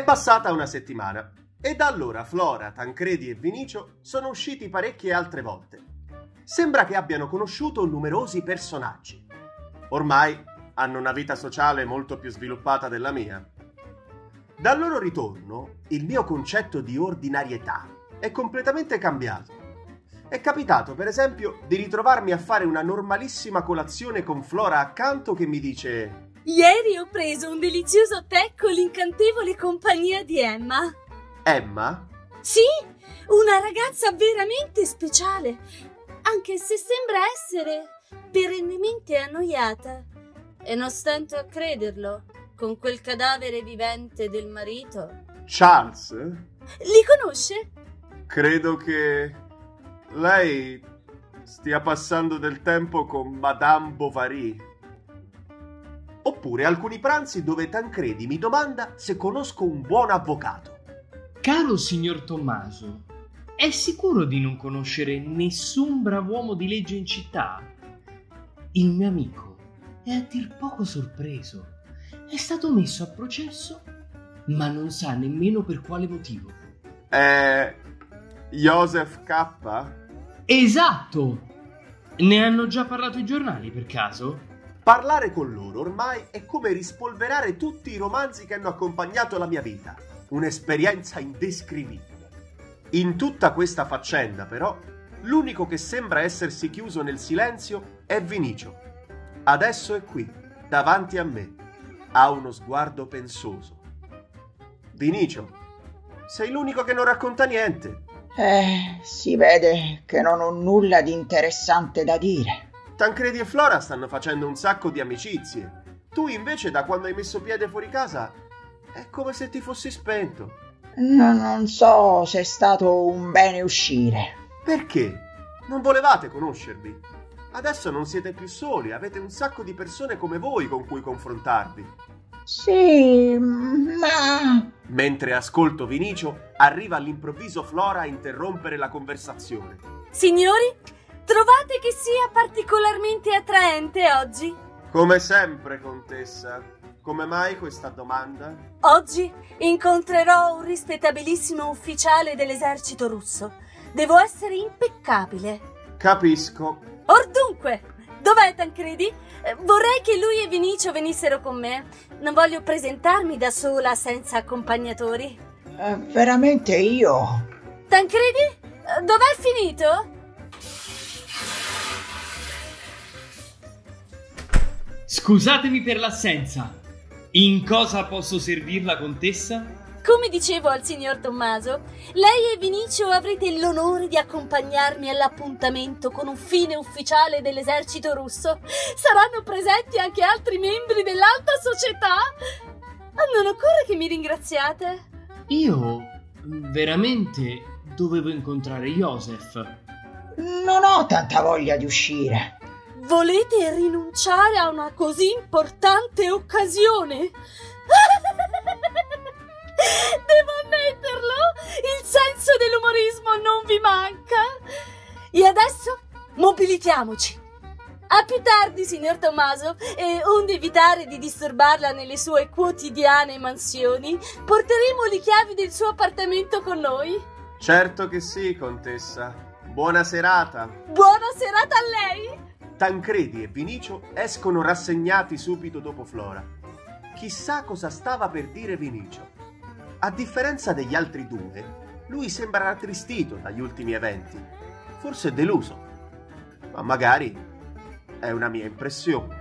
passata una settimana e da allora Flora, Tancredi e Vinicio sono usciti parecchie altre volte. Sembra che abbiano conosciuto numerosi personaggi. Ormai hanno una vita sociale molto più sviluppata della mia. Dal loro ritorno, il mio concetto di ordinarietà è completamente cambiato. È capitato, per esempio, di ritrovarmi a fare una normalissima colazione con Flora accanto che mi dice: ieri ho preso un delizioso tè con l'incantevole compagnia di Emma. Emma? Sì, una ragazza veramente speciale, anche se sembra essere perennemente annoiata. E non stento a crederlo, con quel cadavere vivente del marito. Charles? Li conosce? Credo che lei stia passando del tempo con Madame Bovary. Oppure alcuni pranzi dove Tancredi mi domanda se conosco un buon avvocato. Caro signor Tommaso, è sicuro di non conoscere nessun brav'uomo di legge in città? Il mio amico è a dir poco sorpreso. È stato messo a processo, ma non sa nemmeno per quale motivo. È Joseph K? Esatto! Ne hanno già parlato i giornali, per caso? Parlare con loro ormai è come rispolverare tutti i romanzi che hanno accompagnato la mia vita. Un'esperienza indescrivibile. In tutta questa faccenda, però, l'unico che sembra essersi chiuso nel silenzio è Vinicio. Adesso è qui, davanti a me. Ha uno sguardo pensoso. Vinicio, sei l'unico che non racconta niente. Si vede che non ho nulla di interessante da dire. Tancredi e Flora stanno facendo un sacco di amicizie. Tu invece, da quando hai messo piede fuori casa, è come se ti fossi spento. Non so se è stato un bene uscire. Perché? Non volevate conoscervi? Adesso non siete più soli, avete un sacco di persone come voi con cui confrontarvi. Sì, ma... Mentre ascolto Vinicio, arriva all'improvviso Flora a interrompere la conversazione. Signori, trovate che sia particolarmente attraente oggi? Come sempre, contessa. Come mai questa domanda? Oggi incontrerò un rispettabilissimo ufficiale dell'esercito russo. Devo essere impeccabile. Capisco. Or dunque, dov'è Tancredi? Vorrei che lui e Vinicio venissero con me. Non voglio presentarmi da sola senza accompagnatori. Veramente io? Tancredi? Dov'è finito? Scusatemi per l'assenza. In cosa posso servirla, contessa? Come dicevo al signor Tommaso, lei e Vinicio avrete l'onore di accompagnarmi all'appuntamento con un fine ufficiale dell'esercito russo. Saranno presenti anche altri membri dell'alta società. Non occorre che mi ringraziate. Io veramente dovevo incontrare Joseph. Non ho tanta voglia di uscire. Volete rinunciare a una così importante occasione? Devo ammetterlo, il senso dell'umorismo non vi manca. E adesso mobilitiamoci. A più tardi, signor Tommaso, e onde evitare di disturbarla nelle sue quotidiane mansioni, porteremo le chiavi del suo appartamento con noi. Certo che sì, contessa. Buona serata. Buona serata a lei. Tancredi e Vinicio escono rassegnati subito dopo Flora. Chissà cosa stava per dire Vinicio. A differenza degli altri due, lui sembra rattristito dagli ultimi eventi. Forse deluso. Ma magari è una mia impressione.